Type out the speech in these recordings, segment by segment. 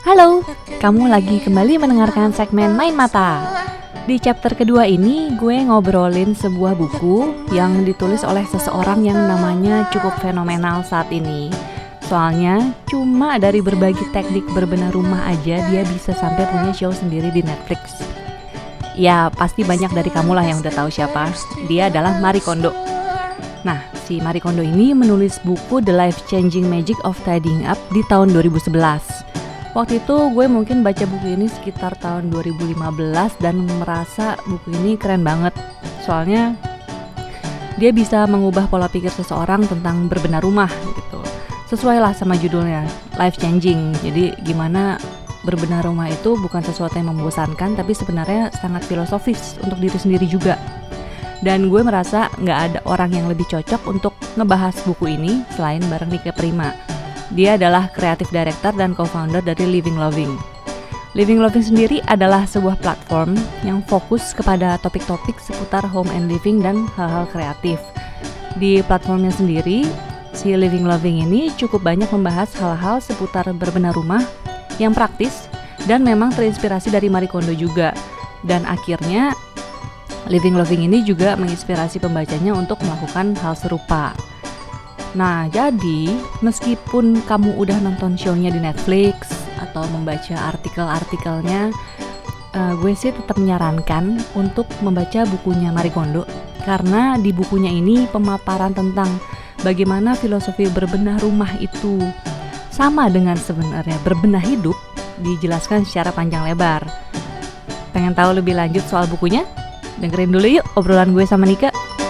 Halo, kamu lagi kembali mendengarkan segmen Main Mata. Di chapter kedua ini, gue ngobrolin sebuah buku yang ditulis oleh seseorang yang namanya cukup fenomenal saat ini. Soalnya, cuma dari berbagi teknik berbenah rumah aja dia bisa sampai punya show sendiri di Netflix. Ya, pasti banyak dari kamu lah yang udah tahu siapa. Dia adalah Marie Kondo. Nah, si Marie Kondo ini menulis buku The Life-Changing Magic of Tidying Up di tahun 2011. Waktu itu gue mungkin baca buku ini sekitar tahun 2015 dan merasa buku ini keren banget. Soalnya dia bisa mengubah pola pikir seseorang tentang berbenah rumah gitu. Sesuai lah sama judulnya, life-changing. Jadi gimana berbenah rumah itu bukan sesuatu yang membosankan, tapi sebenarnya sangat filosofis untuk diri sendiri juga. Dan gue merasa gak ada orang yang lebih cocok untuk ngebahas buku ini selain bareng Nike Prima. Dia adalah kreatif director dan co-founder dari Living Loving. Living Loving sendiri adalah sebuah platform yang fokus kepada topik-topik seputar home and living dan hal-hal kreatif. Di platformnya sendiri, si Living Loving ini cukup banyak membahas hal-hal seputar berbenah rumah yang praktis dan memang terinspirasi dari Marie Kondo juga. Dan akhirnya Living Loving ini juga menginspirasi pembacanya untuk melakukan hal serupa. Nah, jadi meskipun kamu udah nonton show-nya di Netflix atau membaca artikel-artikelnya, gue sih tetap menyarankan untuk membaca bukunya Marie Kondo. Karena di bukunya ini pemaparan tentang bagaimana filosofi berbenah rumah itu sama dengan sebenarnya berbenah hidup dijelaskan secara panjang lebar. Pengen tahu lebih lanjut soal bukunya? Dengerin dulu yuk obrolan gue sama Nika.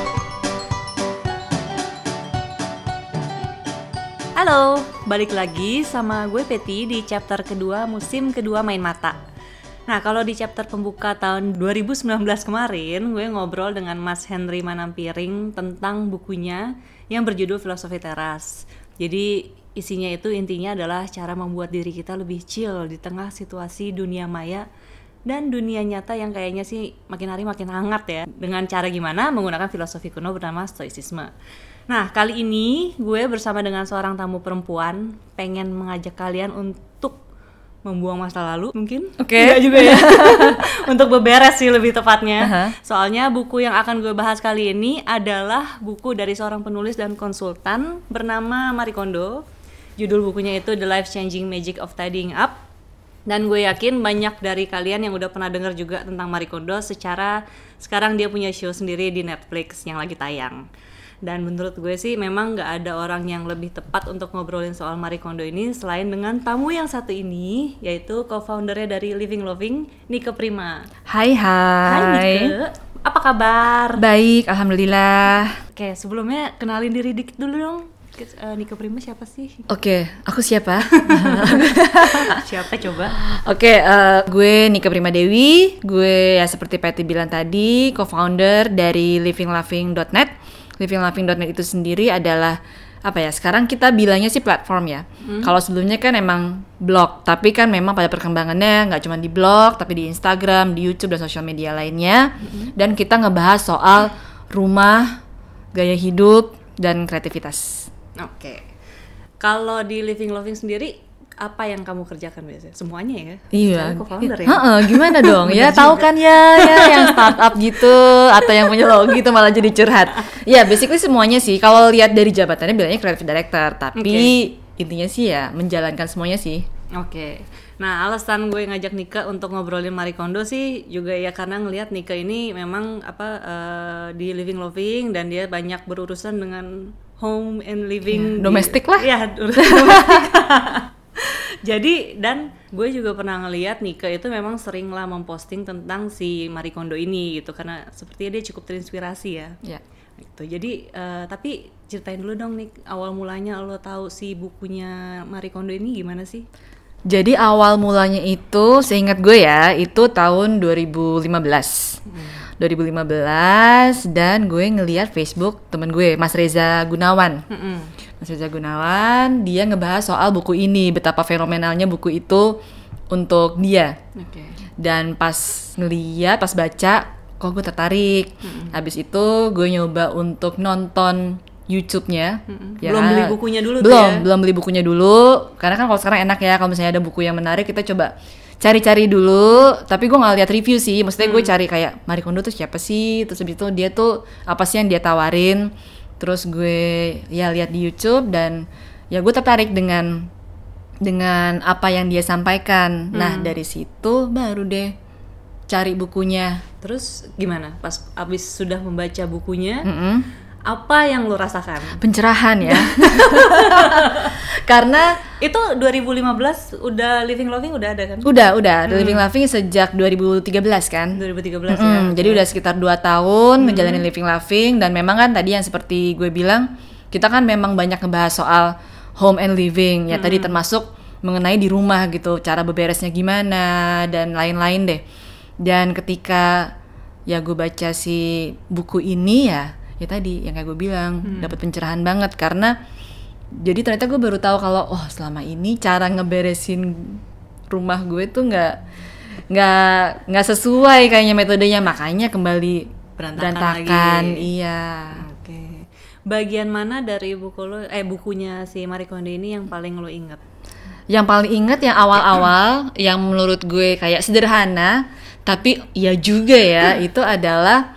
Halo, balik lagi sama gue Peti di chapter kedua musim kedua Main Mata. Nah, kalau di chapter pembuka tahun 2019 kemarin, gue ngobrol dengan Mas Henry Manampiring tentang bukunya yang berjudul Filosofi Teras. Jadi isinya itu intinya adalah cara membuat diri kita lebih chill di tengah situasi dunia maya dan dunia nyata yang kayaknya sih makin hari makin hangat ya. Dengan cara gimana? Menggunakan filosofi kuno bernama Stoicisme. Nah, kali ini gue bersama dengan seorang tamu perempuan pengen mengajak kalian untuk membuang masa lalu mungkin? Oke. Enggak juga ya. Untuk beberes sih lebih tepatnya. Soalnya buku yang akan gue bahas kali ini adalah buku dari seorang penulis dan konsultan bernama Marie Kondo. Judul bukunya itu The Life-Changing Magic of Tidying Up. Dan gue yakin banyak dari kalian yang udah pernah dengar juga tentang Marie Kondo secara sekarang dia punya show sendiri di Netflix yang lagi tayang. Dan menurut gue sih memang gak ada orang yang lebih tepat untuk ngobrolin soal Marie Kondo ini selain dengan tamu yang satu ini, yaitu co-foundernya dari Living Loving, Nike Prima. Hai. Hai Nike, apa kabar? Baik, alhamdulillah. Oke, sebelumnya kenalin diri dikit dulu dong. Nike Prima siapa sih? Oke, aku siapa? Siapa coba? Oke, gue Nike Prima Dewi. Gue ya seperti Patty bilang tadi, co-founder dari livingloving.net. Livingloving.net itu sendiri adalah apa ya? Sekarang kita bilangnya sih platform ya. Kalau sebelumnya kan emang blog, tapi kan memang pada perkembangannya nggak cuma di blog, tapi di Instagram, di YouTube dan sosial media lainnya. Dan kita ngebahas soal rumah, gaya hidup dan kreativitas. Oke. Kalau di Living Loving sendiri apa yang kamu kerjakan biasanya? Semuanya ya? Iya. Co-founder ya? Gimana dong? Ya tahu kan ya yang startup gitu atau yang punya logo gitu malah jadi curhat. Ya basically semuanya sih. Kalau lihat dari jabatannya bilangnya creative director, tapi intinya sih ya menjalankan semuanya sih. Oke. Nah, alasan gue ngajak Nika untuk ngobrolin Marie Kondo sih juga ya karena ngelihat Nika ini memang di Living Loving dan dia banyak berurusan dengan home and living domestik lah. Ya, urusan domestik. Jadi dan gue juga pernah ngelihat Nika itu memang sering lah memposting tentang si Marie Kondo ini gitu karena sepertinya dia cukup terinspirasi ya. Ya. Gitu. Jadi tapi ceritain dulu dong Nik, awal mulanya lo tahu si bukunya Marie Kondo ini gimana sih? Jadi awal mulanya itu seingat gue ya itu tahun 2015. 2015 dan gue ngelihat Facebook temen gue Mas Reza Gunawan. Mas Reza Gunawan dia ngebahas soal buku ini, betapa fenomenalnya buku itu untuk dia. Dan pas ngeliat, pas baca, kok gue tertarik. Habis itu gue nyoba untuk nonton YouTube-nya. Ya, Belum beli bukunya dulu tuh belum, ya? belum beli bukunya dulu. Karena kan kalau sekarang enak ya, kalau misalnya ada buku yang menarik kita coba cari-cari dulu. Tapi gue nggak lihat review sih. Maksudnya gue cari kayak Marie Kondo tuh siapa sih? Terus habis itu dia tuh apa sih yang dia tawarin? Terus gue ya lihat di YouTube dan ya gue tertarik dengan apa yang dia sampaikan. Nah dari situ baru deh cari bukunya. Terus gimana? Pas abis sudah membaca bukunya, Mm-mm. apa yang lo rasakan? Pencerahan ya. Karena Itu 2015 udah Living Loving udah ada kan? udah Living Laughing sejak 2013 kan. 2013 ya. Jadi udah sekitar 2 tahun ngejalanin Living Laughing. Dan memang kan tadi yang seperti gue bilang, kita kan memang banyak ngebahas soal home and living ya. Tadi termasuk mengenai di rumah gitu, cara beberesnya gimana dan lain-lain deh. Dan ketika ya gue baca si buku ini ya tadi yang kayak gue bilang dapat pencerahan banget. Karena jadi ternyata gue baru tahu kalau selama ini cara ngeberesin rumah gue tuh nggak sesuai kayaknya metodenya, makanya kembali berantakan. lagi. Iya. Oke. Bagian mana dari bukunya si Marie Kondo ini yang paling lo inget? Yang paling inget yang awal-awal yang menurut gue kayak sederhana tapi ya juga ya itu adalah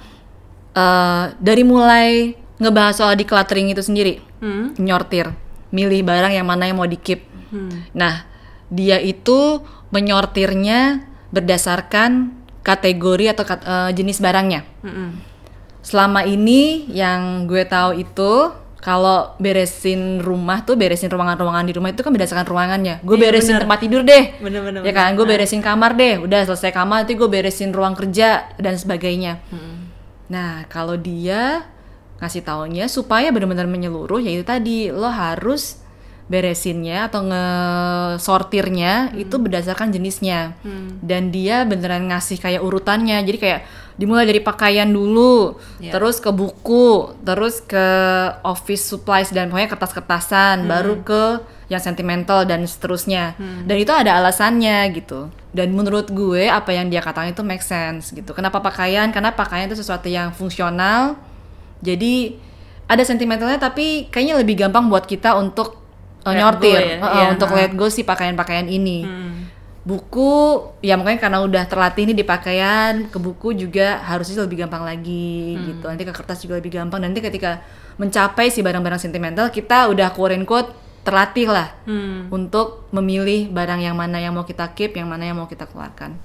dari mulai ngebahas soal decluttering itu sendiri, nyortir, milih barang yang mana yang mau di-keep. Nah, dia itu menyortirnya berdasarkan kategori atau jenis barangnya. Selama ini yang gue tahu itu kalau beresin rumah tuh beresin ruangan-ruangan di rumah itu kan berdasarkan ruangannya. Gue beresin tempat tidur deh, Bener-bener. ya kan? Gue beresin kamar deh, udah selesai kamar nanti gue beresin ruang kerja dan sebagainya. Nah, kalau dia ngasih taunya supaya benar-benar menyeluruh, yaitu tadi lo harus beresinnya atau ngesortirnya itu berdasarkan jenisnya. Dan dia beneran ngasih kayak urutannya. Jadi kayak dimulai dari pakaian dulu, terus ke buku, terus ke office supplies dan pokoknya kertas-kertasan, baru ke yang sentimental dan seterusnya. Dan itu ada alasannya gitu. Dan menurut gue apa yang dia katakan itu make sense gitu. Kenapa pakaian? Karena pakaian itu sesuatu yang fungsional. Jadi ada sentimentalnya tapi kayaknya lebih gampang buat kita untuk nyortir, untuk let go si pakaian-pakaian ini. Buku ya makanya karena udah terlatih nih di pakaian, ke buku juga harusnya lebih gampang lagi gitu. Nanti ke kertas juga lebih gampang. Nanti ketika mencapai si barang-barang sentimental kita udah quote-unquote terlatih lah untuk memilih barang yang mana yang mau kita keep, yang mana yang mau kita keluarkan.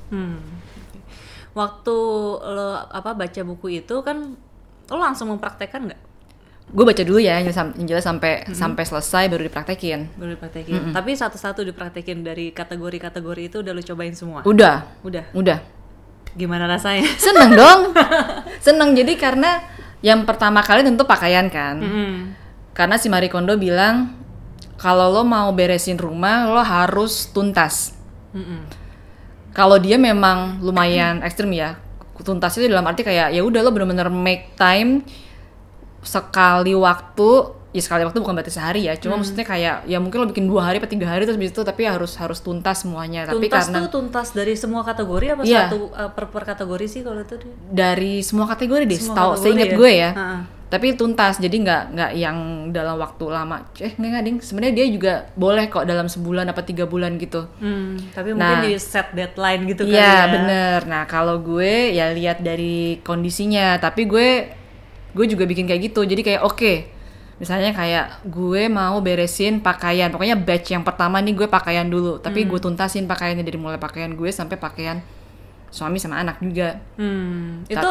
Waktu lo baca buku itu kan lo langsung mempraktekkan nggak? Gue baca dulu ya, yang jelas sampai selesai baru dipraktekin. Baru dipraktekin. Tapi satu-satu dipraktekin dari kategori-kategori itu udah lo cobain semua? Udah. Gimana rasanya? Seneng dong. Seneng, jadi karena yang pertama kali tentu pakaian kan. Karena si Marie Kondo bilang kalau lo mau beresin rumah lo harus tuntas. Kalau dia memang lumayan ekstrim ya, tuntas itu dalam arti kayak ya udah lo bener-bener make time sekali waktu bukan berarti sehari ya, cuma maksudnya kayak ya mungkin lo bikin 2 hari atau 3 hari terus itu, tapi harus tuntas semuanya. Tapi Tuntas karena tuh tuntas dari semua kategori apa satu per kategori sih kalau itu? Dari semua kategori deh, seingat gue ya. Tapi tuntas, jadi nggak yang dalam waktu lama. Nggak ding. Sebenarnya dia juga boleh kok dalam sebulan apa 3 bulan gitu. Tapi mungkin di set deadline gitu kan ya. ya. Bener. Nah kalau gue ya lihat dari kondisinya. Tapi gue juga bikin kayak gitu. Jadi kayak oke. Misalnya kayak gue mau beresin pakaian. Pokoknya batch yang pertama nih gue pakaian dulu. Tapi gue tuntasin pakaiannya dari mulai pakaian gue sampai pakaian suami sama anak juga. Itu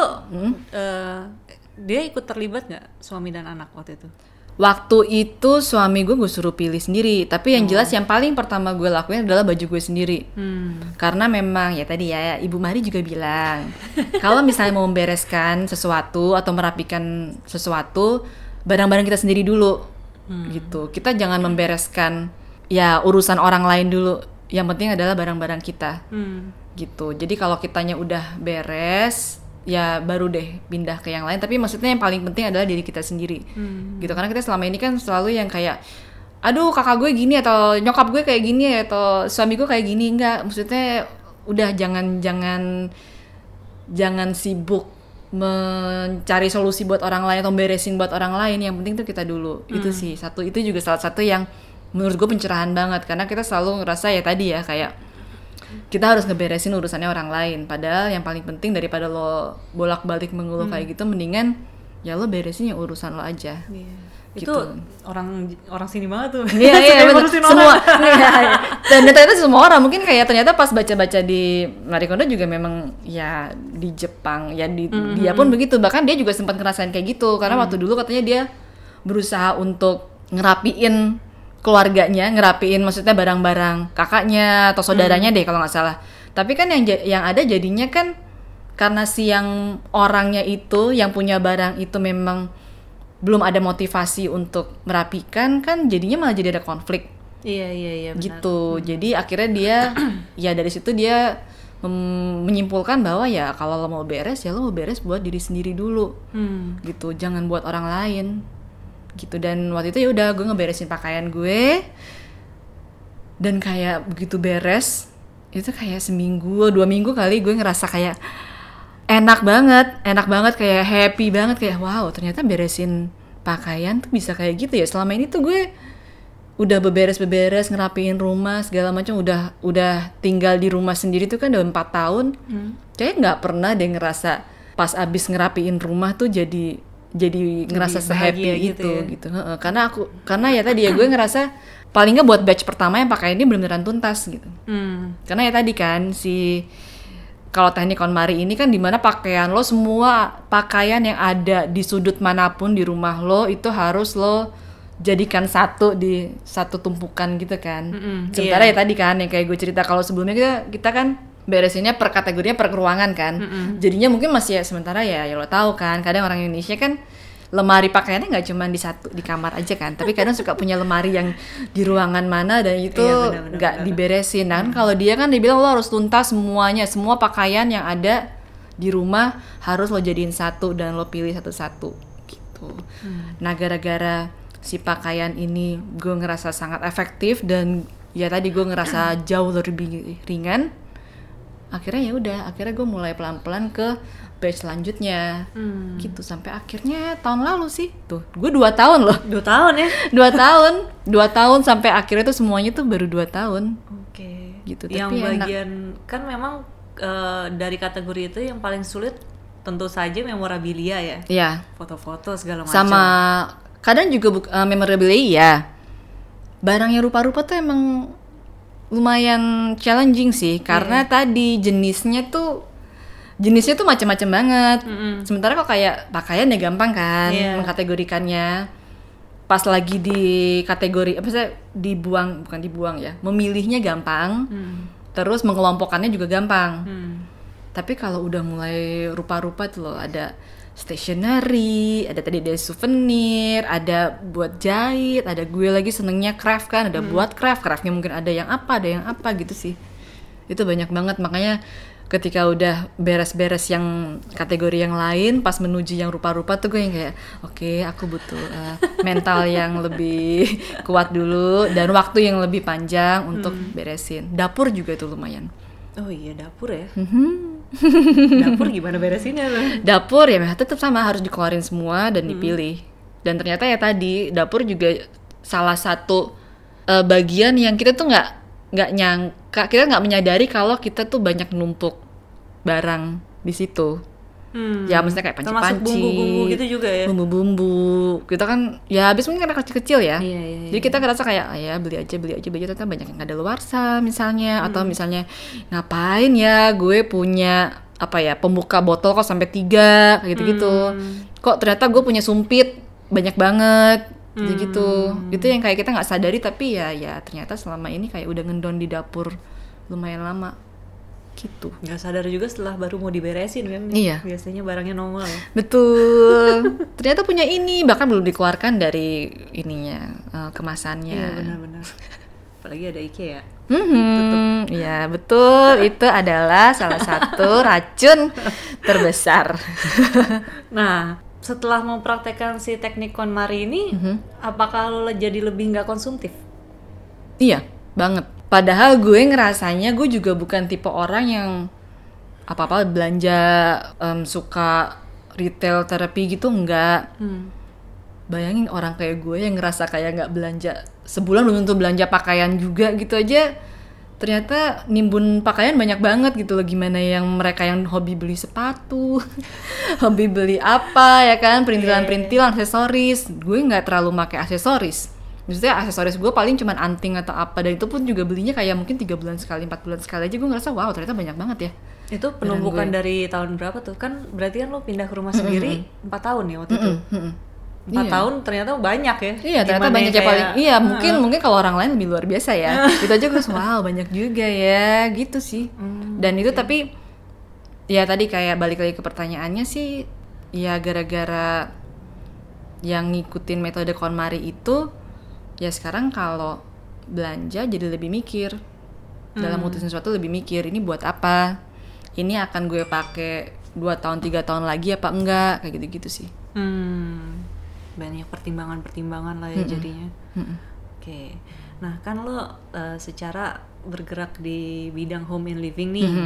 dia ikut terlibat nggak suami dan anak waktu itu? Waktu itu suami gue suruh pilih sendiri, tapi yang jelas yang paling pertama gue lakuin adalah baju gue sendiri. Karena memang ya tadi ya Ibu Mari juga bilang kalau misalnya mau membereskan sesuatu atau merapikan sesuatu, barang-barang kita sendiri dulu gitu. Kita jangan membereskan ya urusan orang lain dulu. Yang penting adalah barang-barang kita gitu. Jadi kalau kitanya udah beres ya baru deh pindah ke yang lain, tapi maksudnya yang paling penting adalah diri kita sendiri gitu. Karena kita selama ini kan selalu yang kayak aduh kakak gue gini atau nyokap gue kayak gini atau suami gue kayak gini. Enggak, maksudnya udah jangan sibuk mencari solusi buat orang lain atau beresin buat orang lain, yang penting tuh kita dulu. Itu sih itu juga salah satu yang menurut gue pencerahan banget, karena kita selalu ngerasa ya tadi ya kayak kita harus ngeberesin urusannya orang lain, padahal yang paling penting daripada lo bolak-balik mengeluh kayak gitu, mendingan ya lo beresin yang urusan lo aja. Itu Gitu. orang sini banget tuh. Iya bener. Ngurusin Semua orang. iya. Dan ternyata semua orang mungkin kayak ternyata pas baca-baca di Marie Kondo juga memang ya di Jepang ya dia pun begitu, bahkan dia juga sempat ngerasain kayak gitu karena waktu dulu katanya dia berusaha untuk ngerapiin keluarganya, ngerapiin maksudnya barang-barang kakaknya atau saudaranya deh kalau nggak salah. Tapi kan yang ada jadinya kan karena si yang orangnya itu yang punya barang itu memang belum ada motivasi untuk merapikan, kan jadinya malah jadi ada konflik. Iya benar. Gitu. Jadi akhirnya dia ya dari situ dia menyimpulkan bahwa ya kalau lo mau beres ya lo mau beres buat diri sendiri dulu. Gitu, jangan buat orang lain. Gitu. Dan waktu itu ya udah gue ngeberesin pakaian gue. Dan kayak begitu beres, itu kayak seminggu, 2 minggu kali gue ngerasa kayak enak banget, kayak happy banget, kayak wow ternyata beresin pakaian tuh bisa kayak gitu ya. Selama ini tuh gue udah beberes, ngerapiin rumah segala macam, udah tinggal di rumah sendiri tuh kan udah 4 tahun. Kayak nggak pernah deh ngerasa pas abis ngerapiin rumah tuh jadi ngerasa sehappy itu gitu. Karena ya tadi ya gue ngerasa paling nggak buat batch pertama yang pakaian ini beneran tuntas gitu. Karena ya tadi kan kalau teknik KonMari ini kan dimana pakaian lo, semua pakaian yang ada di sudut manapun di rumah lo itu harus lo jadikan di satu tumpukan gitu kan. Sementara ya tadi kan yang kayak gue cerita kalau sebelumnya kita kan beresinnya per kategorinya per ruangan kan. Jadinya mungkin masih ya sementara ya lo tahu kan kadang orang Indonesia kan lemari pakaiannya nggak cuma di kamar aja kan, tapi kadang suka punya lemari yang di ruangan mana dan itu nggak diberesin. Dan kalau dia kan dibilang lo harus tuntas semuanya, semua pakaian yang ada di rumah harus lo jadiin satu dan lo pilih satu-satu gitu. Nah gara-gara si pakaian ini gue ngerasa sangat efektif dan ya tadi gue ngerasa jauh lebih ringan. Akhirnya gue mulai pelan-pelan ke batch selanjutnya gitu sampai akhirnya tahun lalu sih tuh gue 2 tahun loh. 2 tahun ya? 2 tahun sampai akhirnya tuh semuanya tuh baru 2 tahun. Oke. Gitu. Yang tapi bagian kan memang dari kategori itu yang paling sulit tentu saja memorabilia ya. Iya. Foto-foto segala macam. Sama kadang juga memorabilia ya. Barang yang rupa-rupa tuh emang lumayan challenging sih karena tadi jenisnya tuh macam-macam banget. Sementara kok kayak pakaian ya gampang kan mengkategorikannya. Pas lagi di kategori bukan dibuang ya, memilihnya gampang. Terus mengelompokkannya juga gampang. Tapi kalau udah mulai rupa-rupa tuh loh, ada stationery, ada tadi ada souvenir, ada buat jahit, ada gue lagi senengnya craft kan, ada buat craftnya mungkin ada yang apa gitu sih. Itu banyak banget, makanya ketika udah beres-beres yang kategori yang lain, pas menuju yang rupa-rupa tuh gue yang kayak oke, aku butuh mental yang lebih kuat dulu dan waktu yang lebih panjang untuk beresin. Dapur juga itu lumayan. Oh iya, dapur ya. Dapur gimana beresinnya lo? Dapur ya tetap sama, harus dikeluarin semua dan dipilih. Dan ternyata ya tadi dapur juga salah satu bagian yang kita tuh nggak nyangka, kita nggak menyadari kalau kita tuh banyak numpuk barang di situ. Ya maksudnya kayak panci-panci, termasuk bumbu-bumbu gitu juga ya. Bumbu-bumbu kita kan ya habis mungkin karena kecil-kecil ya. Iya. Jadi kita ngerasa kayak ya beli aja ternyata banyak yang kadaluarsa misalnya, atau misalnya ngapain ya gue punya pembuka botol kok sampai 3 gitu. Kok ternyata gue punya sumpit banyak banget gitu. Itu yang kayak kita nggak sadari, tapi ya ternyata selama ini kayak udah ngendon di dapur lumayan lama gitu. Nggak sadar juga setelah baru mau diberesin kan. Iya. Biasanya barangnya nongol. Betul. Ternyata punya ini bahkan belum dikeluarkan dari ininya, kemasannya. Iya benar-benar. Apalagi ada IKEA. Iya betul. Itu adalah salah satu racun terbesar. Nah, setelah mempraktekkan si teknik KonMari ini, apakah lo jadi lebih nggak konsumtif? Iya, banget. Padahal gue ngerasanya gue juga bukan tipe orang yang apa-apa belanja suka retail terapi gitu enggak. Bayangin orang kayak gue yang ngerasa kayak nggak belanja sebulan belum tentu belanja pakaian juga gitu aja, ternyata nimbun pakaian banyak banget gitu loh. Gimana yang mereka yang hobi beli sepatu, hobi beli apa ya kan, perintilan-perintilan, aksesoris. Gue nggak terlalu pakai aksesoris. Maksudnya aksesoris gue paling cuman anting atau apa, dan itu pun juga belinya kayak mungkin 3 bulan sekali, 4 bulan sekali aja. Gue ngerasa wow ternyata banyak banget ya. Itu penumpukan dari tahun berapa tuh? Kan berarti kan lo pindah ke rumah sendiri 4 tahun ya waktu itu. 4 tahun ternyata banyak ya. Iya, ternyata banyak ya paling. Iya, mungkin kalau orang lain lebih luar biasa ya. Itu aja gue wow, banyak juga ya, gitu sih. Dan itu tapi ya tadi kayak balik lagi ke pertanyaannya sih, ya gara-gara yang ngikutin metode KonMari itu, ya sekarang kalau belanja jadi lebih mikir. Dalam mutusin sesuatu lebih mikir, ini buat apa? Ini akan gue pakai 2 tahun 3 tahun lagi apa enggak? Kayak gitu-gitu sih. Banyak pertimbangan-pertimbangan lah ya jadinya. Oke. Nah kan lo secara bergerak di bidang home and living nih,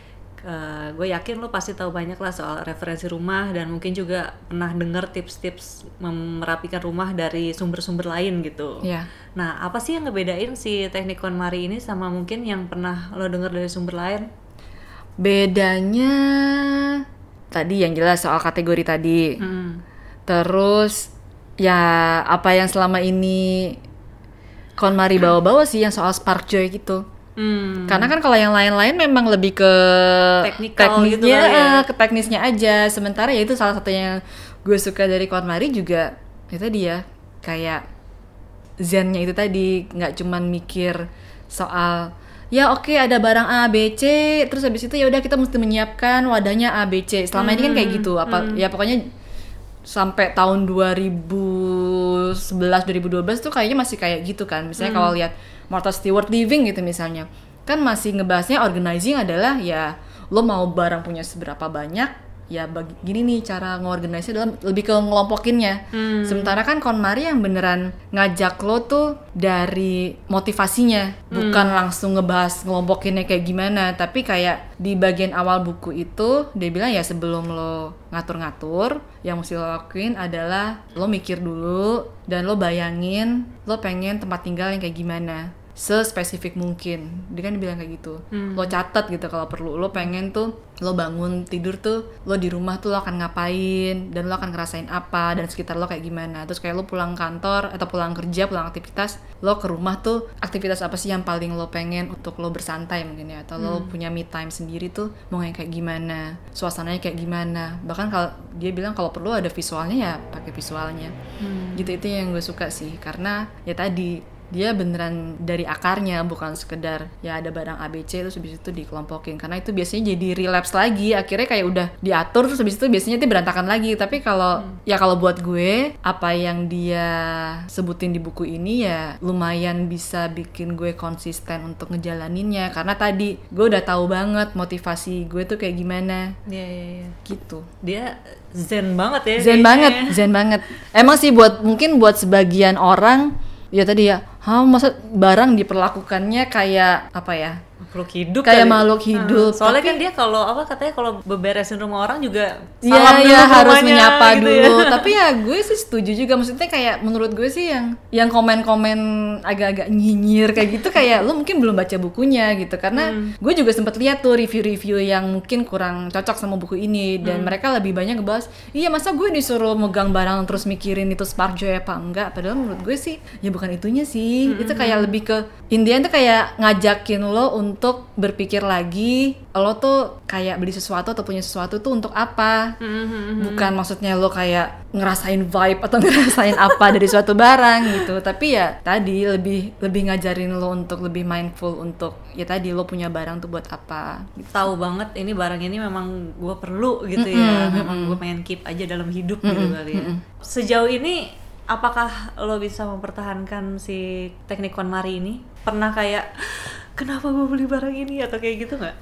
gue yakin lo pasti tahu banyak lah soal referensi rumah, dan mungkin juga pernah denger tips-tips merapikan rumah dari sumber-sumber lain gitu. Nah apa sih yang ngebedain si teknik KonMari ini sama mungkin yang pernah lo denger dari sumber lain? Bedanya tadi yang jelas soal kategori tadi. Terus ya apa yang selama ini KonMari bawa-bawa sih yang soal spark joy gitu. Karena kan kalau yang lain-lain memang lebih ke teknisnya gitu ya. Ke teknisnya aja. Sementara ya itu salah satu yang gue suka dari KonMari juga itu tadi ya, kayak zennya itu tadi, nggak cuman mikir soal ya oke, ada barang A, B, C, terus habis itu ya udah kita mesti menyiapkan wadahnya A, B, C. Selama ini kan kayak gitu. Ya pokoknya sampai tahun 2011 2012 tuh kayaknya masih kayak gitu kan. Misalnya kalau lihat Martha Stewart Living gitu misalnya, kan masih ngebahasnya organizing adalah ya lo mau barang punya seberapa banyak, ya gini nih cara ngorganisasi dalam lebih ke ngelompokinnya. Sementara kan KonMari yang beneran ngajak lo tuh dari motivasinya, bukan langsung ngebahas ngelompokinnya kayak gimana, tapi kayak di bagian awal buku itu dia bilang ya sebelum lo ngatur-ngatur, yang mesti lo lakuin adalah lo mikir dulu dan lo bayangin lo pengen tempat tinggal yang kayak gimana, sespesifik mungkin. Dia kan bilang kayak gitu. Lo catat gitu kalau perlu. Lo pengen tuh lo bangun tidur tuh, lo di rumah tuh lo akan ngapain dan lo akan ngerasain apa dan sekitar lo kayak gimana. Terus kayak lo pulang kantor atau pulang kerja, pulang aktivitas, lo ke rumah tuh aktivitas apa sih yang paling lo pengen untuk lo bersantai mungkin ya, atau lo punya me time sendiri tuh mau yang kayak gimana, suasananya kayak gimana. Bahkan kalau dia bilang kalau perlu ada visualnya ya pakai visualnya. Gitu, itu yang gue suka sih, karena ya tadi dia beneran dari akarnya, bukan sekedar ya ada barang ABC terus habis itu dikelompokin, karena itu biasanya jadi relapse lagi, akhirnya kayak udah diatur terus habis itu biasanya itu berantakan lagi. Tapi kalau ya kalau buat gue apa yang dia sebutin di buku ini ya lumayan bisa bikin gue konsisten untuk ngejalaninnya, karena tadi gue udah tahu banget motivasi gue tuh kayak gimana. Gitu. Dia zen banget ya. Zen banget. Emang sih mungkin buat sebagian orang ya tadi ya, masa barang diperlakukannya kayak apa ya, makhluk hidup, kayak makhluk hidup. Soalnya kan dia kalau katanya kalau beberesin rumah orang juga salam dulu harus menyapa gitu dulu ya. Tapi ya gue sih setuju juga, maksudnya kayak menurut gue sih yang komen-komen agak-agak nyinyir kayak gitu kayak lo mungkin belum baca bukunya gitu, karena gue juga sempat lihat tuh review-review yang mungkin kurang cocok sama buku ini, dan mereka lebih banyak ngebahas iya masa gue disuruh megang barang terus mikirin itu spark joy apa enggak, padahal menurut gue sih ya bukan itunya sih. Itu kayak lebih ke Indian tuh kayak ngajakin lo untuk berpikir lagi, lo tuh kayak beli sesuatu atau punya sesuatu tuh untuk apa. Bukan maksudnya lo kayak ngerasain vibe atau ngerasain apa dari suatu barang gitu, tapi ya tadi lebih ngajarin lo untuk lebih mindful untuk ya tadi lo punya barang tuh buat apa gitu. Tahu banget ini barang ini memang gue perlu gitu ya, memang gue pengen keep aja dalam hidup gitu kali ya. Sejauh ini apakah lo bisa mempertahankan si teknik KonMari ini? Pernah kayak kenapa gue beli barang ini atau kayak gitu nggak?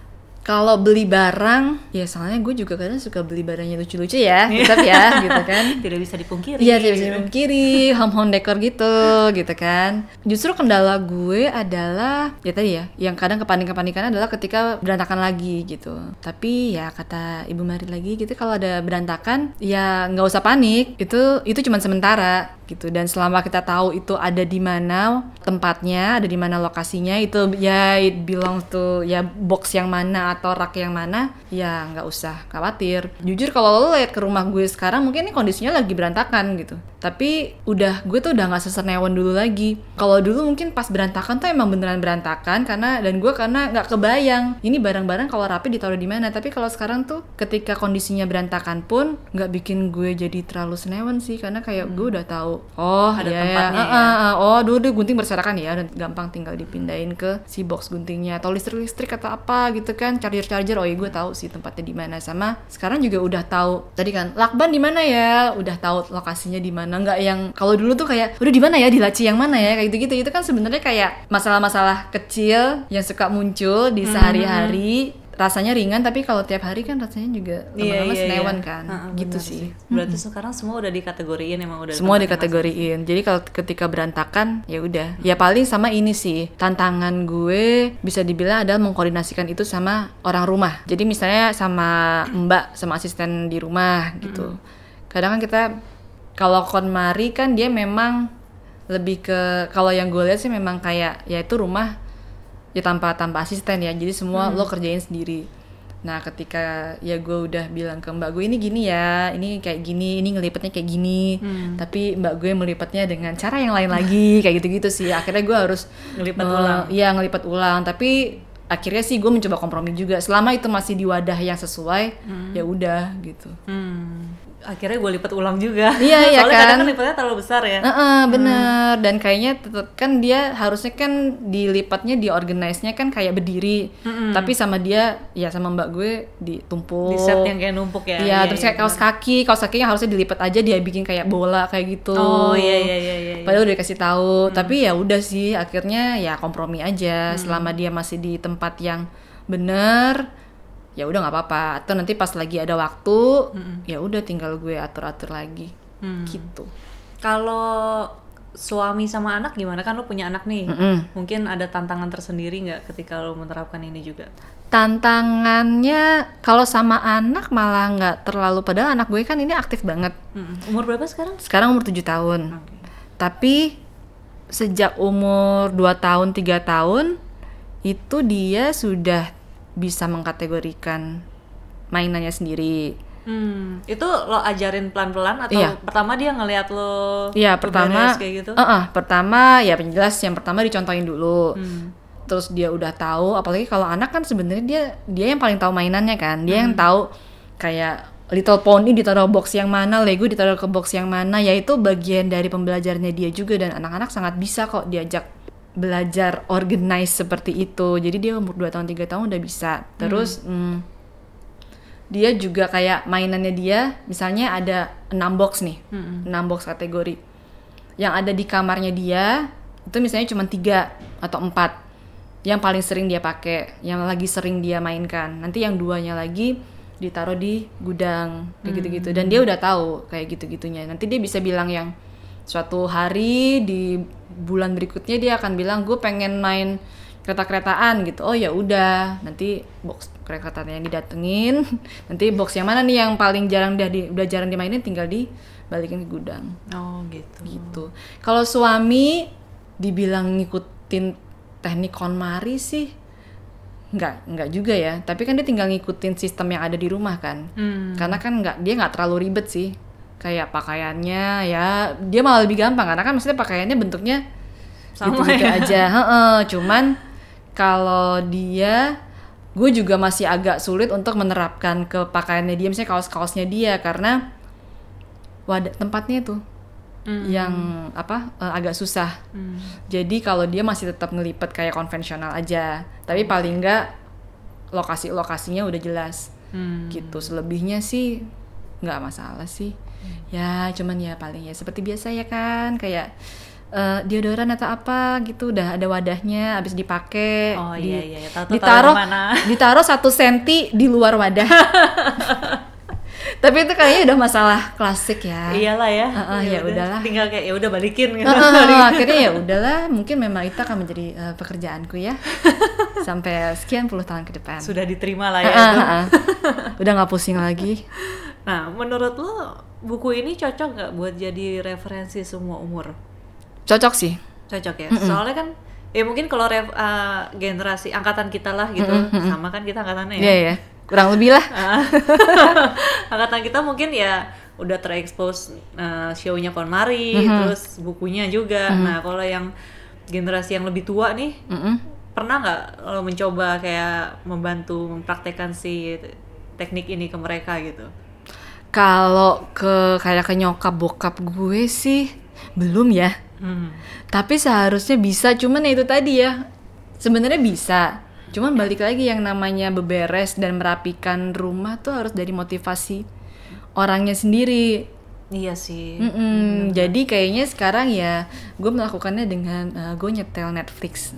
Kalau beli barang, ya soalnya gue juga kadang suka beli barangnya lucu-lucu ya, tetap ya, gitu kan. Tidak bisa dipungkiri. Iya, tidak bisa dipungkiri, home decor gitu kan. Justru kendala gue adalah, ya tadi ya, yang kadang kepanikan-kepanikan adalah ketika berantakan lagi gitu. Tapi ya kata Ibu Mari lagi gitu, kalau ada berantakan, ya nggak usah panik, itu cuma sementara gitu. Dan selama kita tahu itu ada di mana tempatnya, ada di mana lokasinya, itu ya it belongs to ya box yang mana atau rak yang mana, ya nggak usah khawatir. Jujur kalau lo lihat ke rumah gue sekarang mungkin ini kondisinya lagi berantakan gitu, tapi gue tuh udah nggak sesenewan dulu lagi. Kalau dulu mungkin pas berantakan tuh emang beneran berantakan karena nggak kebayang ini barang-barang kalau rapi ditaruh di mana. Tapi kalau sekarang tuh ketika kondisinya berantakan pun nggak bikin gue jadi terlalu senewan sih, karena kayak gue udah tahu ada tempatnya ya. Dulu gunting berserakan ya, dan gampang tinggal dipindahin ke si box guntingnya atau listrik atau apa gitu kan, charger gue tahu sih tempatnya di mana. Sama sekarang juga udah tahu tadi kan lakban di mana ya, udah tahu lokasinya di mana. Nggak yang kalau dulu tuh kayak udah di mana ya, di laci yang mana ya, kayak gitu itu kan sebenarnya kayak masalah-masalah kecil yang suka muncul di sehari-hari. Rasanya ringan, tapi kalau tiap hari kan rasanya juga lama-lama senewan kan. Gitu sih. Berarti sekarang semua udah dikategoriin, emang udah semua dikategoriin. Jadi kalau ketika berantakan ya udah. Ya paling sama ini sih, tantangan gue bisa dibilang adalah mengkoordinasikan itu sama orang rumah. Jadi misalnya sama mbak, sama asisten di rumah gitu. Kadang kan kita kalau KonMari kan dia memang lebih ke, kalau yang gue lihat sih memang kayak ya itu rumah ya tanpa asisten ya, jadi semua lo kerjain sendiri. Nah ketika ya gue udah bilang ke mbak gue ini gini ya, ini kayak gini, ini ngelipetnya kayak gini, tapi mbak gue melipetnya dengan cara yang lain lagi, kayak gitu-gitu sih. Akhirnya gue harus ngelipat ulang. Tapi akhirnya sih gue mencoba kompromi juga, selama itu masih di wadah yang sesuai, ya udah gitu. Akhirnya gue lipat ulang juga. Iya soalnya kan? Kadang kan lipatnya terlalu besar ya. Bener. Dan kayaknya tetep kan dia harusnya kan dilipatnya, diorganize-nya kan kayak berdiri. Tapi sama dia ya sama mbak gue ditumpuk. Di set yang kayak numpuk ya. Iya, terus kayak kaos kaki yang harusnya dilipat aja dia bikin kayak bola kayak gitu. Oh iya. Padahal udah dikasih tahu. Tapi ya udah sih, akhirnya ya kompromi aja. Selama dia masih di tempat yang bener, ya udah nggak apa-apa. Atau nanti pas lagi ada waktu, ya udah tinggal gue atur lagi, gitu. Kalau suami sama anak gimana, kan lo punya anak nih? Mungkin ada tantangan tersendiri nggak ketika lo menerapkan ini juga? Tantangannya kalau sama anak malah nggak terlalu, padahal anak gue kan ini aktif banget. Umur berapa sekarang? Sekarang umur 7 tahun. Tapi sejak umur 2 tahun 3 tahun itu dia sudah bisa mengkategorikan mainannya sendiri. Itu lo ajarin pelan-pelan atau pertama dia ngelihat lo? Iya, pertama kayak gitu? Pertama ya penjelas, yang pertama dicontohin dulu. Terus dia udah tahu, apalagi kalau anak kan sebenarnya dia yang paling tahu mainannya kan. Dia yang tahu kayak Little Pony ditaruh box yang mana, Lego ditaruh ke box yang mana, ya itu bagian dari pembelajarannya dia juga. Dan anak-anak sangat bisa kok diajak belajar organize seperti itu. Jadi dia umur 2 tahun 3 tahun udah bisa. Terus dia juga kayak mainannya dia, misalnya ada 6 box nih, 6 box kategori. Yang ada di kamarnya dia itu misalnya cuma 3 atau 4 yang paling sering dia pakai, yang lagi sering dia mainkan. Nanti yang 2-nya lagi ditaruh di gudang kayak gitu-gitu. Dan dia udah tahu kayak gitu-gitunya. Nanti dia bisa bilang yang suatu hari di bulan berikutnya dia akan bilang gue pengen main kereta-keretaan gitu. Oh ya udah, nanti box kereta-keretanya yang didatengin. Nanti box yang mana nih yang paling jarang udah jarang dimainin, tinggal dibalikin ke gudang. Oh gitu. Gitu. Kalau suami dibilang ngikutin teknik KonMari sih enggak juga ya. Tapi kan dia tinggal ngikutin sistem yang ada di rumah kan. Karena kan dia nggak terlalu ribet sih. Kayak pakaiannya ya dia malah lebih gampang, karena kan maksudnya pakaiannya bentuknya sama gitu-gitu ya aja. Cuman kalau gue juga masih agak sulit untuk menerapkan ke pakaiannya dia, misalnya kaos-kaosnya dia, karena tempatnya tuh yang agak susah. Jadi kalau dia masih tetap ngelipet kayak konvensional aja, tapi paling enggak lokasinya udah jelas. Gitu. Selebihnya sih nggak masalah sih. Ya cuman ya paling ya seperti biasa ya kan, kayak deodoran atau apa gitu, udah ada wadahnya, abis dipakai. Oh iya, tahu mana. Ditaruh 1 senti di luar wadah. Tapi itu kayaknya udah masalah klasik ya. Iyalah ya. Ya udahlah. Tinggal kayak ya udah balikin gitu. Akhirnya ya udahlah, mungkin memang itu akan menjadi pekerjaanku ya. Sampai sekian puluh tahun ke depan. Sudah diterima lah ya itu. Udah nggak pusing lagi. Nah, menurut lo buku ini cocok nggak buat jadi referensi semua umur? Cocok sih. Cocok ya. Soalnya kan ya mungkin kalau generasi angkatan kita lah gitu, sama kan kita angkatannya ya. Iya ya. Kurang lebih lah. Angkatan kita mungkin ya udah terekspos show-nya KonMari, terus bukunya juga. Nah, kalau yang generasi yang lebih tua nih, pernah nggak lo mencoba kayak membantu mempraktekkan si teknik ini ke mereka gitu? Kalau kayak ke nyokap bokap gue sih belum ya. Tapi seharusnya bisa, cuman ya itu tadi ya, sebenarnya bisa, cuman balik lagi yang namanya beberes dan merapikan rumah tuh harus dari motivasi orangnya sendiri. Iya sih. Jadi kayaknya sekarang ya gue melakukannya dengan gue nyetel Netflix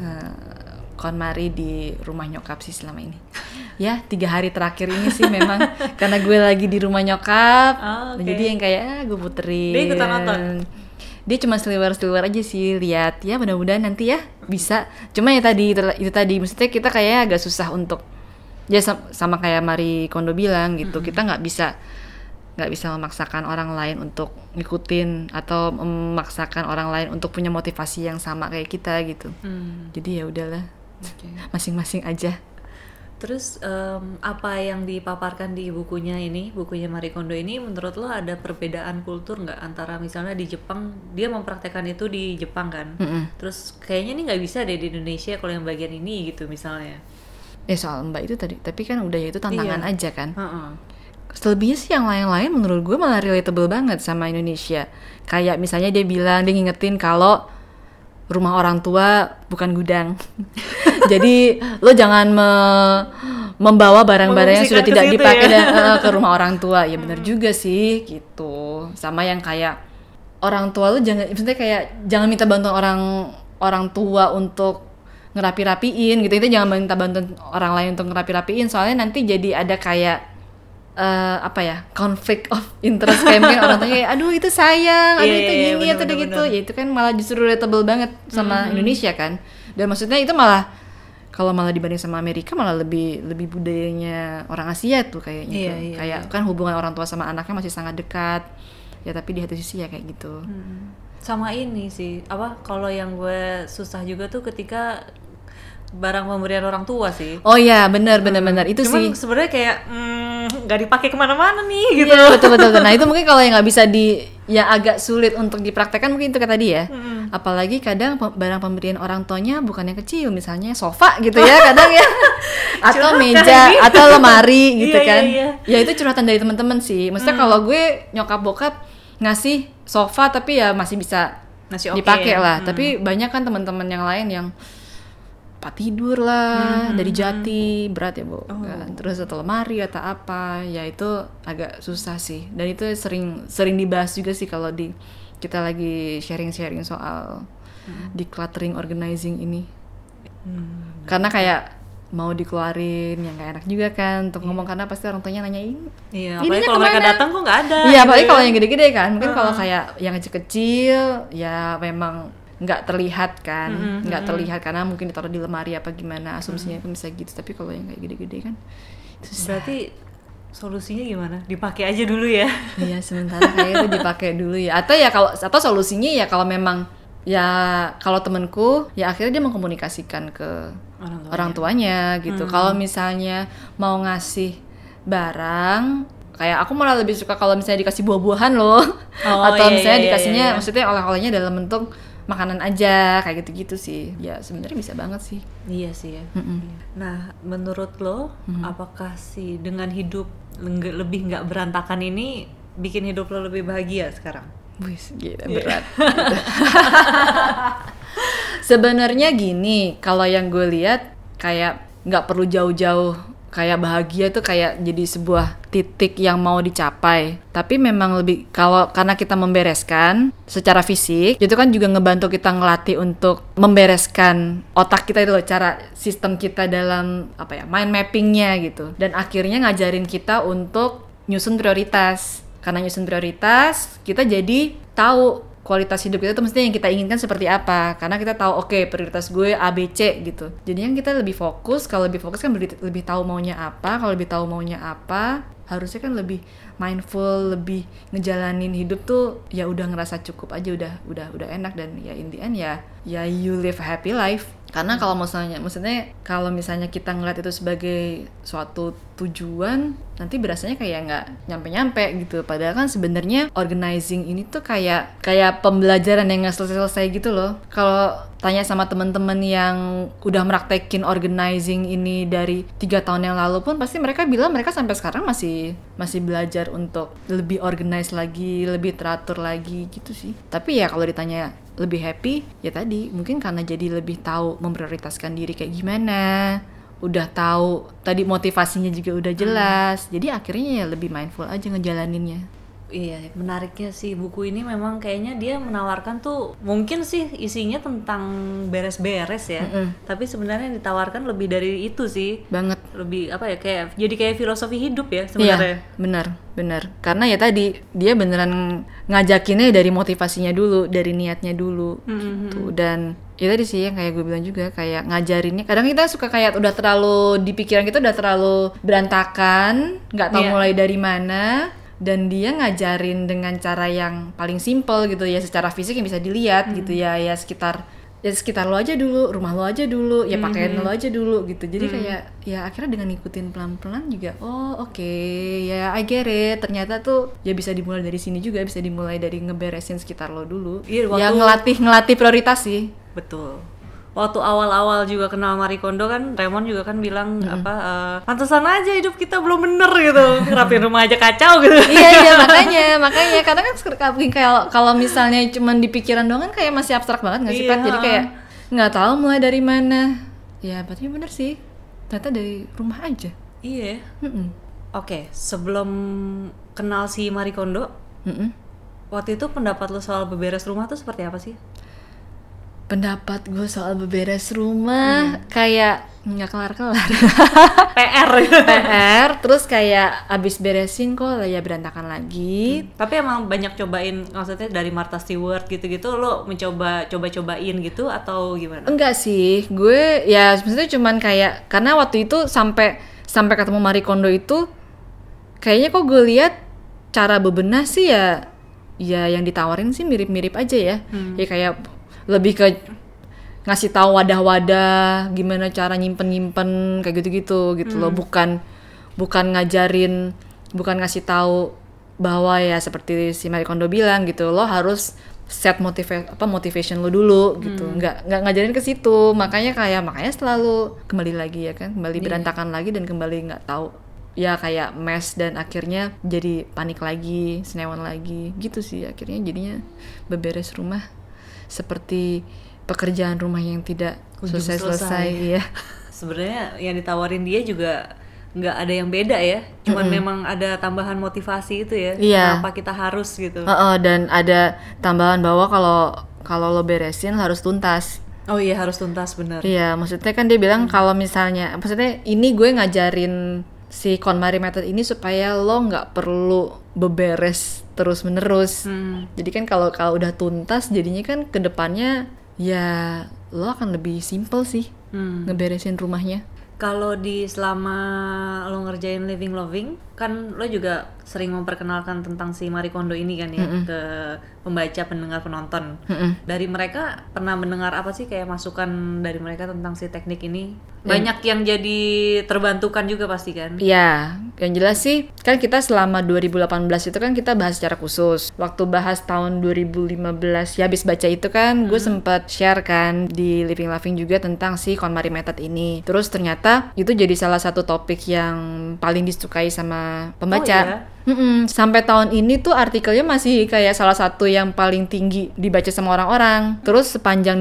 KonMari di rumah nyokap sih selama ini. Ya 3 hari terakhir ini sih memang karena gue lagi di rumah nyokap, jadi yang kayak gue puterin. Dia ikutan nonton? Dia cuma seliwer aja sih, lihat ya, mudah-mudahan nanti ya bisa. Cuma ya itu tadi maksudnya kita kayaknya agak susah untuk ya sama kayak Marie Kondo bilang gitu, kita nggak bisa memaksakan orang lain untuk ngikutin atau memaksakan orang lain untuk punya motivasi yang sama kayak kita gitu. Jadi ya udahlah, masing-masing aja. Terus apa yang dipaparkan di bukunya Marie Kondo ini, menurut lo ada perbedaan kultur nggak antara misalnya di Jepang, dia mempraktekkan itu di Jepang kan, terus kayaknya ini nggak bisa deh di Indonesia kalau yang bagian ini gitu misalnya. Soal Mbak itu tadi, tapi kan udah ya itu tantangan aja kan. Selebihnya sih yang lain-lain menurut gue malah relatable banget sama Indonesia. Kayak misalnya dia ngingetin kalau rumah orang tua bukan gudang. Jadi lo jangan membawa barang-barang yang sudah tidak dipakai ke rumah orang tua. Ya benar juga sih gitu. Sama yang kayak orang tua lo maksudnya kayak jangan minta bantuan orang tua untuk ngerapi-rapiin gitu. Itu jangan minta bantuan orang lain untuk ngerapi-rapiin, soalnya nanti jadi ada kayak conflict of interest, kayak mungkin orang tuanya kayak aduh itu sayang, aduh itu gini atau gitu. Ya itu kan malah justru relatable banget sama Indonesia kan. Dan maksudnya itu malah kalau dibanding sama Amerika malah lebih budayanya orang Asia tuh kayaknya kayak kan hubungan orang tua sama anaknya masih sangat dekat. Ya tapi di satu sisi ya kayak gitu. Sama ini sih, kalau yang gue susah juga tuh ketika barang pemberian orang tua sih. Oh iya, benar itu cuman sih. Cuman sebenarnya kayak nggak dipakai kemana-mana nih gitu. Iya, betul. Nah itu mungkin kalau yang nggak bisa yang agak sulit untuk dipraktekkan mungkin itu kayak tadi ya. Apalagi kadang barang pemberian orang tuanya bukan yang kecil, misalnya sofa gitu ya kadang ya, atau meja atau lemari gitu kan. Ya itu curhatan dari teman-teman sih. Maksudnya kalau gue nyokap bokap ngasih sofa tapi ya masih bisa dipakai lah. Tapi banyak kan teman-teman yang lain yang tempat tidur lah, dari jati, berat ya Bu, kan? Terus atau lemari atau apa, ya itu agak susah sih. Dan itu sering dibahas juga sih kalau kita lagi sharing soal decluttering organizing ini. Karena kayak mau dikeluarin yang gak enak juga kan untuk ngomong, karena pasti orang tuanya nanyain. Iya, apalagi kalau mereka datang kok nggak ada. Iya, apalagi kalau yang gede-gede kan. Mungkin kalau kayak yang kecil-kecil ya memang nggak terlihat kan, nggak terlihat karena mungkin ditaruh di lemari apa gimana, asumsinya itu bisa gitu. Tapi kalau yang kayak gede-gede kan susah. Berarti solusinya gimana? Dipakai aja dulu ya? Iya, sementara kayak itu dipakai dulu ya. Atau solusinya ya kalau memang ya kalau temenku ya akhirnya dia mengkomunikasikan ke orang tuanya gitu. Kalau misalnya mau ngasih barang, kayak aku malah lebih suka kalau misalnya dikasih buah-buahan loh, atau misalnya dikasihnya maksudnya oleh-olehnya dalam bentuk makanan aja kayak gitu-gitu sih. Ya sebenarnya bisa banget sih. Iya sih ya. Nah, menurut lo apakah sih dengan hidup lebih nggak berantakan ini bikin hidup lo lebih bahagia sekarang? Wih, gila berat. Sebenarnya gini, kalau yang gue lihat kayak nggak perlu jauh-jauh kayak bahagia tuh kayak jadi sebuah titik yang mau dicapai. Tapi memang lebih karena kita membereskan secara fisik, itu kan juga ngebantu kita ngelatih untuk membereskan otak kita itu loh, cara sistem kita dalam mind mappingnya gitu. Dan akhirnya ngajarin kita untuk nyusun prioritas. Karena nyusun prioritas, kita jadi tahu kualitas hidup kita tuh mestinya yang kita inginkan seperti apa, karena kita tahu prioritas gue A, B, C gitu. Jadinya kita lebih fokus. Kalau lebih fokus kan lebih tahu maunya apa. Kalau lebih tahu maunya apa, harusnya kan lebih mindful, lebih ngejalanin hidup tuh ya udah ngerasa cukup aja, udah enak. Dan ya in the end ya you live a happy life. Karena kalau maksudnya kalau misalnya kita ngeliat itu sebagai suatu tujuan, nanti berasanya kayak nggak nyampe-nyampe gitu. Padahal kan sebenarnya organizing ini tuh kayak pembelajaran yang nggak selesai-selesai gitu loh. Kalau tanya sama teman-teman yang udah meraktekin organizing ini dari 3 tahun yang lalu pun, pasti mereka bilang mereka sampai sekarang masih belajar untuk lebih organize lagi, lebih teratur lagi gitu sih. Tapi ya kalau ditanya lebih happy, ya tadi mungkin karena jadi lebih tahu memprioritaskan diri kayak gimana, udah tahu tadi motivasinya juga udah jelas, jadi akhirnya ya lebih mindful aja ngejalaninnya. Iya, menariknya sih buku ini memang kayaknya dia menawarkan tuh mungkin sih isinya tentang beres-beres ya, tapi sebenarnya ditawarkan lebih dari itu sih. Banget. Lebih kayak jadi kayak filosofi hidup ya sebenarnya. Iya, benar. Karena ya tadi dia beneran ngajakinnya dari motivasinya dulu, dari niatnya dulu gitu. Dan ya tadi sih yang kayak gue bilang juga, kayak ngajarinnya kadang kita suka kayak udah terlalu di pikiran kita udah terlalu berantakan, nggak tahu mulai dari mana. Dan dia ngajarin dengan cara yang paling simple gitu ya, secara fisik yang bisa dilihat gitu ya sekitar lo aja dulu, rumah lo aja dulu, ya pakaian lo aja dulu gitu. Jadi kayak ya akhirnya dengan ngikutin pelan-pelan juga, ya I get it. Ternyata tuh ya bisa dimulai dari sini juga, bisa dimulai dari ngeberesin sekitar lo dulu. Ya ngelatih prioritas sih. Betul. Waktu awal-awal juga kenal Marie Kondo kan, Raymond juga kan bilang pantesan aja hidup kita belum bener gitu, ngerapiin rumah aja kacau gitu. Iya makanya karena kan kalau misalnya cuma di pikiran doang kan kayak masih abstrak banget nggak sih Pat? Jadi kayak nggak tahu mulai dari mana. Ya berarti bener sih, ternyata dari rumah aja. Iya. Oke, sebelum kenal si Marie Kondo, waktu itu pendapat lo soal beberes rumah tuh seperti apa sih? Pendapat gue soal beberes rumah kayak nggak kelar-kelar. PR terus kayak abis beresin kok ya berantakan lagi. Tapi emang banyak cobain, maksudnya dari Martha Stewart gitu-gitu lo cobain gitu atau gimana? Enggak sih, gue ya sebenarnya cuman kayak karena waktu itu sampai ketemu Marie Kondo itu kayaknya kok gue lihat cara bebenah sih ya yang ditawarin sih mirip-mirip aja ya. Ya kayak lebih ke ngasih tahu wadah-wadah, gimana cara nyimpen kayak gitu loh, bukan ngajarin, bukan ngasih tahu bahwa ya seperti si Marie Kondo bilang gitu, lo harus set motivation lo dulu gitu. Nggak ngajarin ke situ. Makanya selalu kembali lagi ya kan, kembali berantakan lagi dan kembali nggak tahu ya, kayak mess dan akhirnya jadi panik lagi, senewan lagi gitu sih. Akhirnya jadinya beberes rumah seperti pekerjaan rumah yang tidak selesai ya. Sebenarnya yang ditawarin dia juga nggak ada yang beda ya, cuman memang ada tambahan motivasi itu ya, kenapa kita harus gitu. Dan ada tambahan bahwa kalau lo beresin harus tuntas. Oh iya, harus tuntas, benar. Iya, maksudnya kan dia bilang kalau misalnya, maksudnya ini gue ngajarin si KonMari method ini supaya lo nggak perlu beberes terus menerus. Jadi kan kalau udah tuntas, jadinya kan kedepannya ya lo akan lebih simple sih ngeberesin rumahnya. Kalau selama lo ngerjain Living Loving, kan lo juga sering memperkenalkan tentang si Marie Kondo ini kan ya ke pembaca, pendengar, penonton. Dari mereka pernah mendengar apa sih kayak masukan dari mereka tentang si teknik ini? Banyak yang jadi terbantukan juga pasti kan? Iya, yang jelas sih kan kita selama 2018 itu kan kita bahas secara khusus. Waktu bahas tahun 2015 ya habis baca itu kan gue sempat share kan di Living Loving juga tentang si KonMari method ini. Terus ternyata itu jadi salah satu topik yang paling disukai sama pembaca. Sampai tahun ini tuh artikelnya masih kayak salah satu yang paling tinggi dibaca sama orang-orang. Terus sepanjang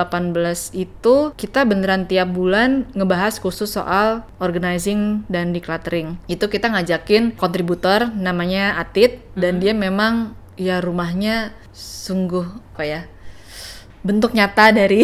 2018 itu kita beneran tiap bulan ngebahas khusus soal organizing dan decluttering. Itu kita ngajakin kontributor namanya Atit, dan dia memang ya rumahnya sungguh apa ya, bentuk nyata dari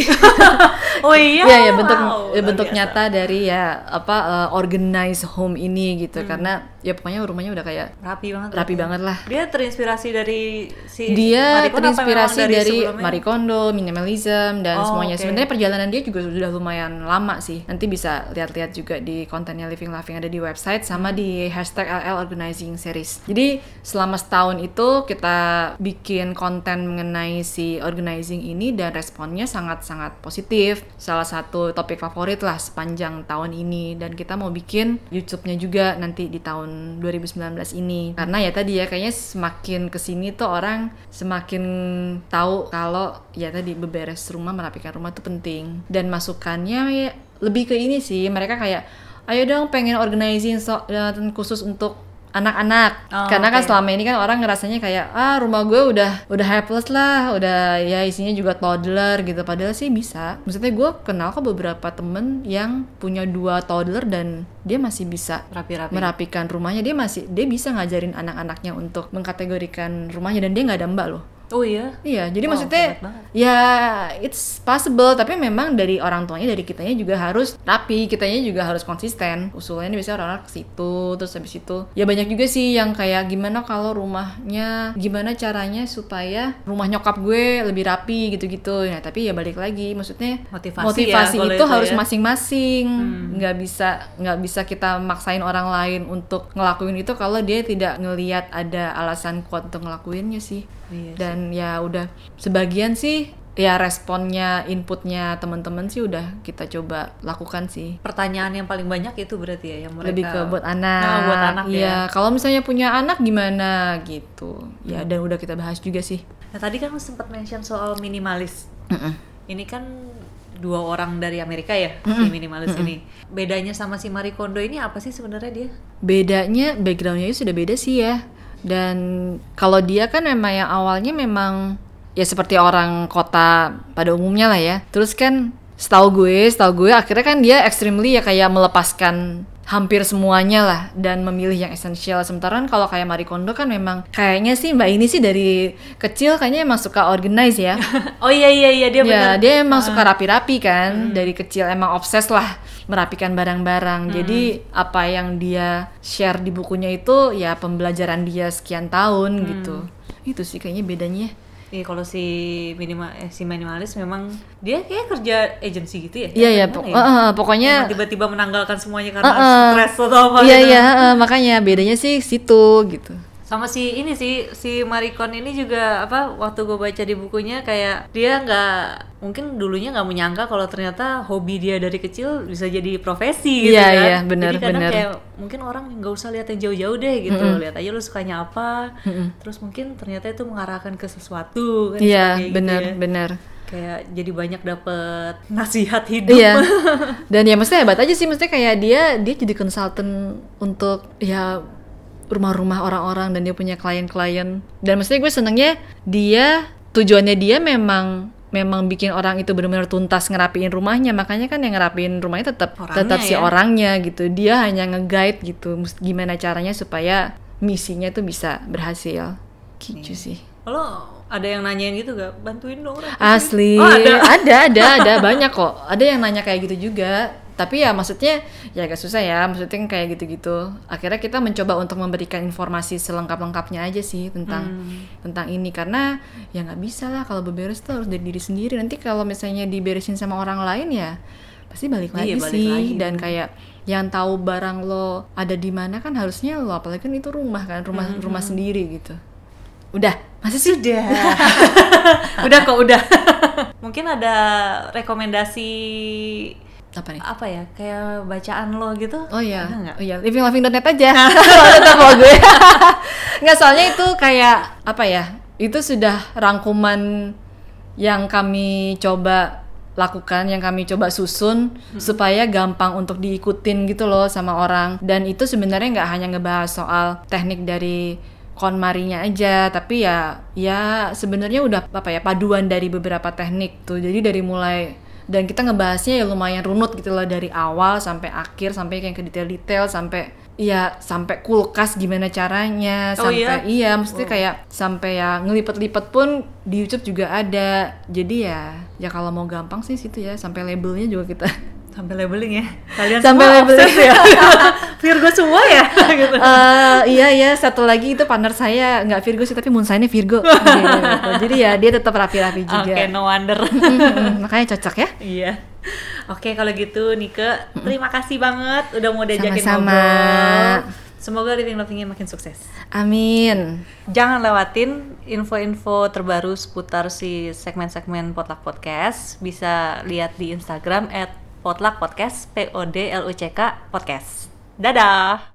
Oh iya. ya bentuk nyata dari ya organize home ini gitu. Karena ya pokoknya rumahnya udah kayak rapi banget lah. Dia terinspirasi dari Dia Marie Kondo terinspirasi dari sebelumnya? Marie Kondo, minimalism dan semuanya. oke. Sebenarnya perjalanan dia juga sudah lumayan lama sih. Nanti bisa lihat-lihat juga di kontennya Living Laughing, ada di website sama di #LL Organizing Series. Jadi selama setahun itu kita bikin konten mengenai si organizing ini dan responnya sangat-sangat positif. Salah satu topik favorit lah sepanjang tahun ini, dan kita mau bikin YouTube-nya juga nanti di tahun 2019 ini. Karena ya tadi ya kayaknya semakin kesini tuh orang semakin tahu kalau ya tadi beberes rumah, merapikan rumah tuh penting. Dan masukannya ya lebih ke ini sih, mereka kayak ayo dong pengen organizing khusus untuk anak-anak. Karena kan selama ini kan orang ngerasanya kayak rumah gue udah helpless lah, udah ya isinya juga toddler gitu. Padahal sih bisa. Maksudnya gue kenal kok beberapa temen yang punya 2 toddler dan dia masih bisa merapikan rumahnya. Dia bisa ngajarin anak-anaknya untuk mengkategorikan rumahnya, dan dia nggak ada mbak loh. Oh iya? Iya, jadi maksudnya ya it's possible, tapi memang dari orang tuanya, dari kitanya juga harus rapi, kitanya juga harus konsisten. Usulannya biasanya orang-orang ke situ, terus habis itu ya banyak juga sih yang kayak gimana kalau rumahnya, gimana caranya supaya rumah nyokap gue lebih rapi gitu-gitu. Nah, tapi ya balik lagi, maksudnya motivasi ya, itu harus ya. masing-masing. Nggak bisa kita maksain orang lain untuk ngelakuin itu kalau dia tidak ngelihat ada alasan kuat untuk ngelakuinnya sih. Iya Dan ya udah sebagian sih ya responnya, inputnya teman-teman sih udah kita coba lakukan sih. Pertanyaan yang paling banyak itu berarti ya yang mereka Lebih ke buat anak. Nah, buat anak ya. Kalau misalnya punya anak gimana gitu. Ya dan udah kita bahas juga sih. Nah tadi kan lu sempat mention soal minimalis. Ini kan 2 orang dari Amerika ya, si minimalis ini. Bedanya sama si Marie Kondo ini apa sih sebenarnya dia? Bedanya, backgroundnya sudah beda sih ya. Dan kalau dia kan memang yang awalnya memang ya seperti orang kota pada umumnya lah ya. Terus kan setahu gue akhirnya kan dia extremely ya kayak melepaskan hampir semuanya lah dan memilih yang esensial. Sementara kan kalau kayak Marie Kondo kan memang kayaknya sih mbak ini sih dari kecil kayaknya emang suka organize ya. Oh iya dia benar. Ya dia emang suka rapi-rapi kan. Dari kecil emang obses lah merapikan barang-barang. Jadi apa yang dia share di bukunya itu ya pembelajaran dia sekian tahun gitu. Itu sih kayaknya bedanya. Iya, kalau si minimalis memang dia kayak kerja agensi gitu ya? Iya pokoknya tiba-tiba menanggalkan semuanya karena stres atau apa? Iya makanya bedanya sih situ gitu. Sama si Marie Kondo ini juga waktu gue baca di bukunya kayak dia mungkin dulunya nggak menyangka kalau ternyata hobi dia dari kecil bisa jadi profesi gitu kan. Iya benar. Jadi kadang kayak mungkin orang nggak usah lihat yang jauh-jauh deh gitu, lihat aja lu sukanya apa, terus mungkin ternyata itu mengarahkan ke sesuatu kan. Iya benar. Kayak jadi banyak dapet nasihat hidup. Iya. Dan ya maksudnya hebat aja sih, maksudnya kayak dia jadi konsultan untuk ya rumah-rumah orang-orang, dan dia punya klien-klien. Dan maksudnya gue senengnya tujuannya dia memang bikin orang itu benar-benar tuntas ngerapiin rumahnya. Makanya kan yang ngerapiin rumahnya tetap si orangnya gitu. Dia hanya nge-guide gitu gimana caranya supaya misinya tuh bisa berhasil gitu sih. Lo ada yang nanyain gitu gak? Bantuin dong. Asli. Oh, ada banyak kok. Ada yang nanya kayak gitu juga. Tapi ya maksudnya ya agak susah ya, maksudnya kayak gitu-gitu. Akhirnya kita mencoba untuk memberikan informasi selengkap-lengkapnya aja sih tentang ini, karena ya nggak bisa lah kalau beberes tuh harus dari diri sendiri. Nanti kalau misalnya diberesin sama orang lain ya pasti balik lagi sih. Dan kayak yang tahu barang lo ada di mana kan harusnya lo, apalagi kan itu rumah rumah sendiri gitu. Udah, masih sih? Sudah. udah. Mungkin ada rekomendasi apa nih? Apa ya, kayak bacaan lo gitu? Oh iya, livinglaughing.net aja. Tetap lo gue. Nggak, soalnya itu kayak apa ya? Itu sudah rangkuman yang kami coba lakukan, yang kami coba susun supaya gampang untuk diikutin gitu loh sama orang. Dan itu sebenarnya nggak hanya ngebahas soal teknik dari KonMari-nya aja, tapi ya sebenarnya udah paduan dari beberapa teknik tuh. Jadi dari mulai, dan kita ngebahasnya ya lumayan runut gitu loh, dari awal sampai akhir, sampai kayak ke detail-detail, sampai kulkas gimana caranya, sampai maksudnya kayak sampai ya ngelipet-lipet pun di YouTube juga ada. Jadi ya kalau mau gampang sih situ ya, sampai labelnya juga kita sampai labeling ya. Kalian sampai semua labeling obses ya. Virgo semua ya gitu. Iya, satu lagi itu partner saya nggak Virgo sih, tapi moon sign-nya Virgo. Gitu. Jadi ya dia tetap rapi-rapi juga. Oke, no wonder. Makanya cocok ya. Iya. Oke, kalau gitu Nike, terima kasih banget udah mau diajakin Sama-sama. ngobrol. Semoga Living Loving-nya makin sukses. Amin. Jangan lewatin info-info terbaru seputar si segmen-segmen Potluck Podcast. Bisa lihat di Instagram @potluck podcast, PODLUCK podcast. Dadah.